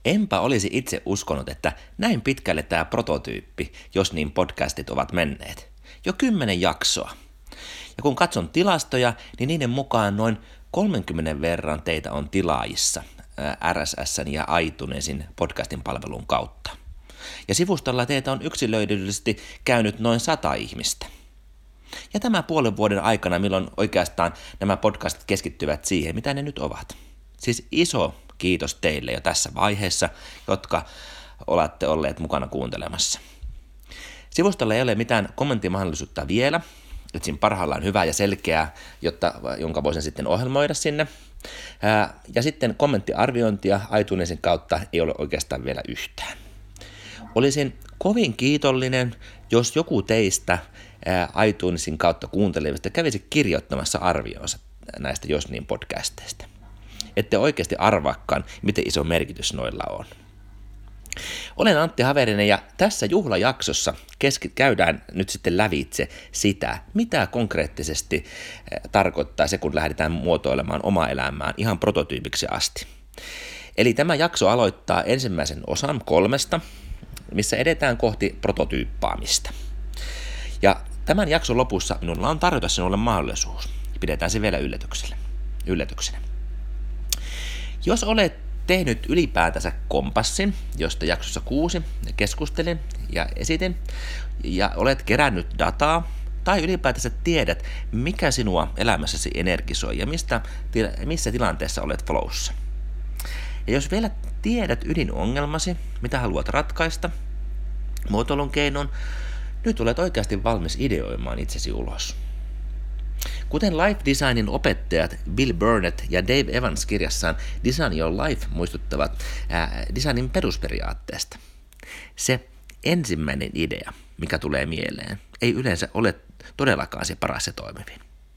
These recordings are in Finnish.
Enpä olisi itse uskonut, että näin pitkälle tämä prototyyppi, jos niin podcastit ovat menneet. Jo 10 jaksoa. Ja kun katson tilastoja, niin niiden mukaan noin 30 verran teitä on tilaajissa RSS:n ja iTunesin podcastin palvelun kautta. Ja sivustolla teitä on yksilöidyllisesti käynyt noin 100 ihmistä. Ja tämä puolen vuoden aikana, milloin oikeastaan nämä podcastit keskittyvät siihen, mitä ne nyt ovat. Siis iso kiitos teille jo tässä vaiheessa, jotka olette olleet mukana kuuntelemassa. Sivustolla ei ole mitään kommenttimahdollisuutta vielä. Etsin parhaillaan hyvää ja selkeää, jonka voisin sitten ohjelmoida sinne. Ja sitten kommenttiarviointia iTunesin kautta ei ole oikeastaan vielä yhtään. Olisin kovin kiitollinen, jos joku teistä iTunesin kautta kuuntelevista kävisi kirjoittamassa arvionsa näistä Jos niin podcasteista. Ette oikeasti arvaakaan, miten iso merkitys noilla on. Olen Antti Haverinen ja tässä juhlajaksossa käydään nyt sitten lävitse sitä, mitä konkreettisesti tarkoittaa se, kun lähdetään muotoilemaan omaa elämään ihan prototyypiksi asti. Eli tämä jakso aloittaa ensimmäisen osan 3, missä edetään kohti prototyyppaamista. Ja tämän jakson lopussa minulla on tarjota sinulle mahdollisuus. Pidetään se vielä yllätyksenä. Jos olet tehnyt ylipäätänsä kompassin, josta jaksossa 6 keskustelin ja esitin, ja olet kerännyt dataa, tai ylipäätänsä tiedät, mikä sinua elämässäsi energisoi ja missä tilanteessa olet flowssa. Ja jos vielä tiedät ydinongelmasi, mitä haluat ratkaista, muotoilun keinon, nyt olet oikeasti valmis ideoimaan itsesi ulos. Kuten Life Designin opettajat Bill Burnett ja Dave Evans kirjassaan Design Your Life muistuttavat designin perusperiaatteesta. Se ensimmäinen idea, mikä tulee mieleen, ei yleensä ole todellakaan se paras ja toimivin.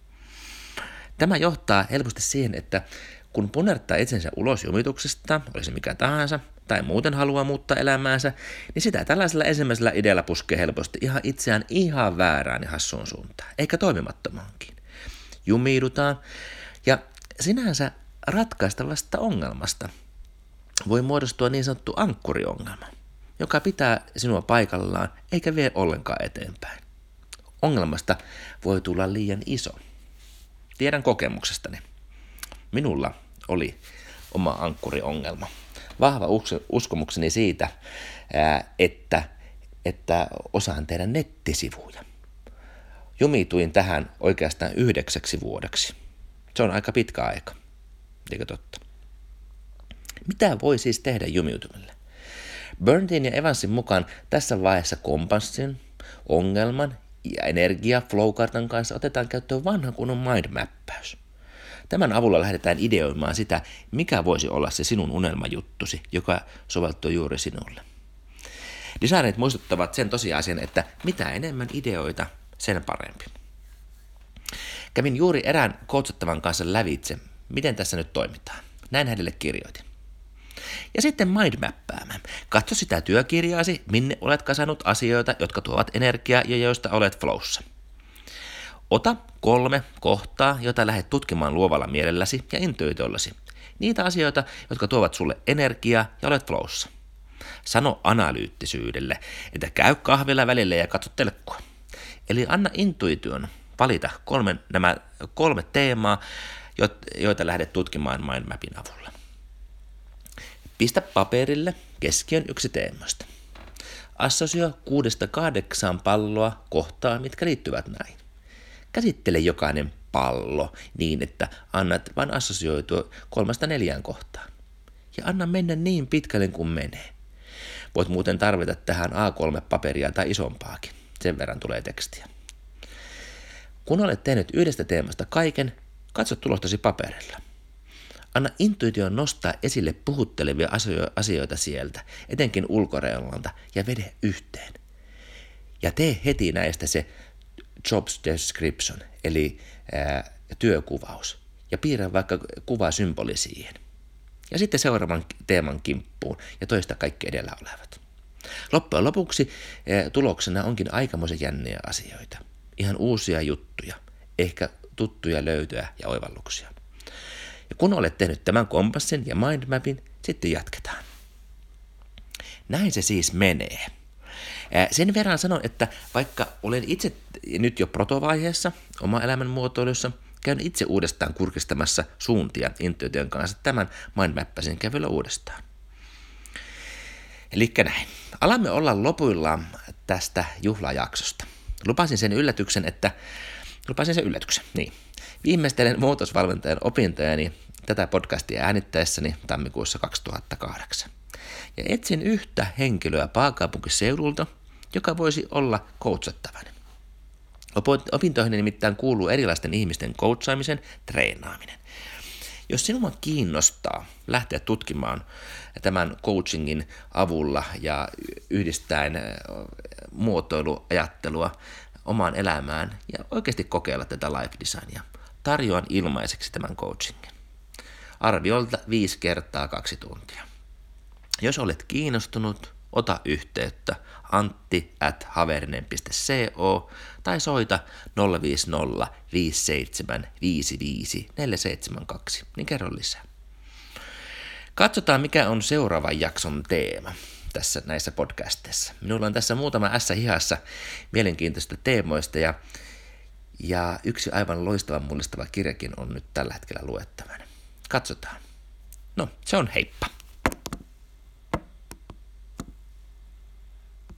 Tämä johtaa helposti siihen, että kun punertaa itsensä ulos jumituksesta, olisi mikä tahansa, tai muuten haluaa muuttaa elämäänsä, niin sitä tällaisella ensimmäisellä idealla puskee helposti itseään ihan väärään ja hassuun suuntaan, eikä toimimattomaankin. Jumiudutaan, ja sinänsä ratkaistavasta ongelmasta voi muodostua niin sanottu ankkuriongelma, joka pitää sinua paikallaan eikä vie ollenkaan eteenpäin. Ongelmasta voi tulla liian iso. Tiedän kokemuksestani. Minulla oli oma ankkuriongelma. Vahva uskomukseni siitä, että osaan tehdä nettisivuja. Jumituin tähän oikeastaan 9 vuodeksi. Se on aika pitkä aika, eikö totta? Mitä voi siis tehdä jumiutumille? Burntin ja Evansin mukaan tässä vaiheessa kompassin, ongelman ja flow-kartan kanssa otetaan käyttöön vanha kunnon mind-mäppäys. Tämän avulla lähdetään ideoimaan sitä, mikä voisi olla se sinun unelmajuttusi, joka soveltuu juuri sinulle. Designit muistuttavat sen tosiasian, että mitä enemmän ideoita, sen parempi. Kävin juuri erään coachattavan kanssa lävitse, miten tässä nyt toimitaan. Näin hänelle kirjoitin. Ja sitten mindmappäämään. Katso sitä työkirjaasi, minne olet kasannut asioita, jotka tuovat energiaa ja joista olet flowssa. Ota 3 kohtaa, joita lähdet tutkimaan luovalla mielelläsi ja intuitiollasi. Niitä asioita, jotka tuovat sulle energiaa ja olet flowssa. Sano analyyttisyydelle, että käy kahvilla välillä ja katso telkkua. Eli anna intuition valita nämä 3 teemaa, joita lähdet tutkimaan mindmapin avulla. Pistä paperille keskiön yksi teemoista. Assosioi 6-8 palloa kohtaan, mitkä liittyvät näin. Käsittele jokainen pallo niin, että annat vain assosioitua 3-4 kohtaan. Ja anna mennä niin pitkälle kuin menee. Voit muuten tarvita tähän A3-paperia tai isompaakin. Sen verran tulee tekstiä. Kun olet tehnyt yhdestä teemasta kaiken, katso tulostasi paperilla. Anna intuition nostaa esille puhuttelevia asioita sieltä, etenkin ulkoreunalta, ja vede yhteen. Ja tee heti näistä se job description, eli työkuvaus, ja piirrä vaikka kuvasymboli siihen. Ja sitten seuraavan teeman kimppuun ja toista kaikki edellä olevat. Loppujen lopuksi tuloksena onkin aikamoisen jänniä asioita. Ihan uusia juttuja, ehkä tuttuja löytöjä ja oivalluksia. Ja kun olet tehnyt tämän kompassin ja mindmapin, sitten jatketaan. Näin se siis menee. Sen verran sanon, että vaikka olen itse nyt jo protovaiheessa oma elämänmuotoilussa, käyn itse uudestaan kurkistamassa suuntia intuition kanssa tämän mindmappasin kävelyä uudestaan. Elikkä näin. Alamme olla lopuillaan tästä juhlajaksosta. Lupasin sen yllätyksen. Niin. Viimeistelen muutosvalmentajan opintojani tätä podcastia äänittäessäni tammikuussa 2008. Ja etsin yhtä henkilöä pääkaupunkiseudulta, joka voisi olla coachattavani. Opintoihin nimittäin kuuluu erilaisten ihmisten coachaamisen treenaaminen. Jos sinua kiinnostaa lähteä tutkimaan tämän coachingin avulla ja yhdistäen muotoiluajattelua omaan elämään ja oikeasti kokeilla tätä life designia, tarjoan ilmaiseksi tämän coachingin. Arviolta 5 kertaa 2 tuntia. Jos olet kiinnostunut, ota yhteyttä antti@haverinen.co tai soita 050 57 55 472, niin kerro lisää. Katsotaan, mikä on seuraavan jakson teema näissä podcasteissa. Minulla on tässä muutama ässä hihassa mielenkiintoista teemoista ja yksi aivan loistavan mullistava kirjakin on nyt tällä hetkellä luettavana. Katsotaan. No, se on heippa.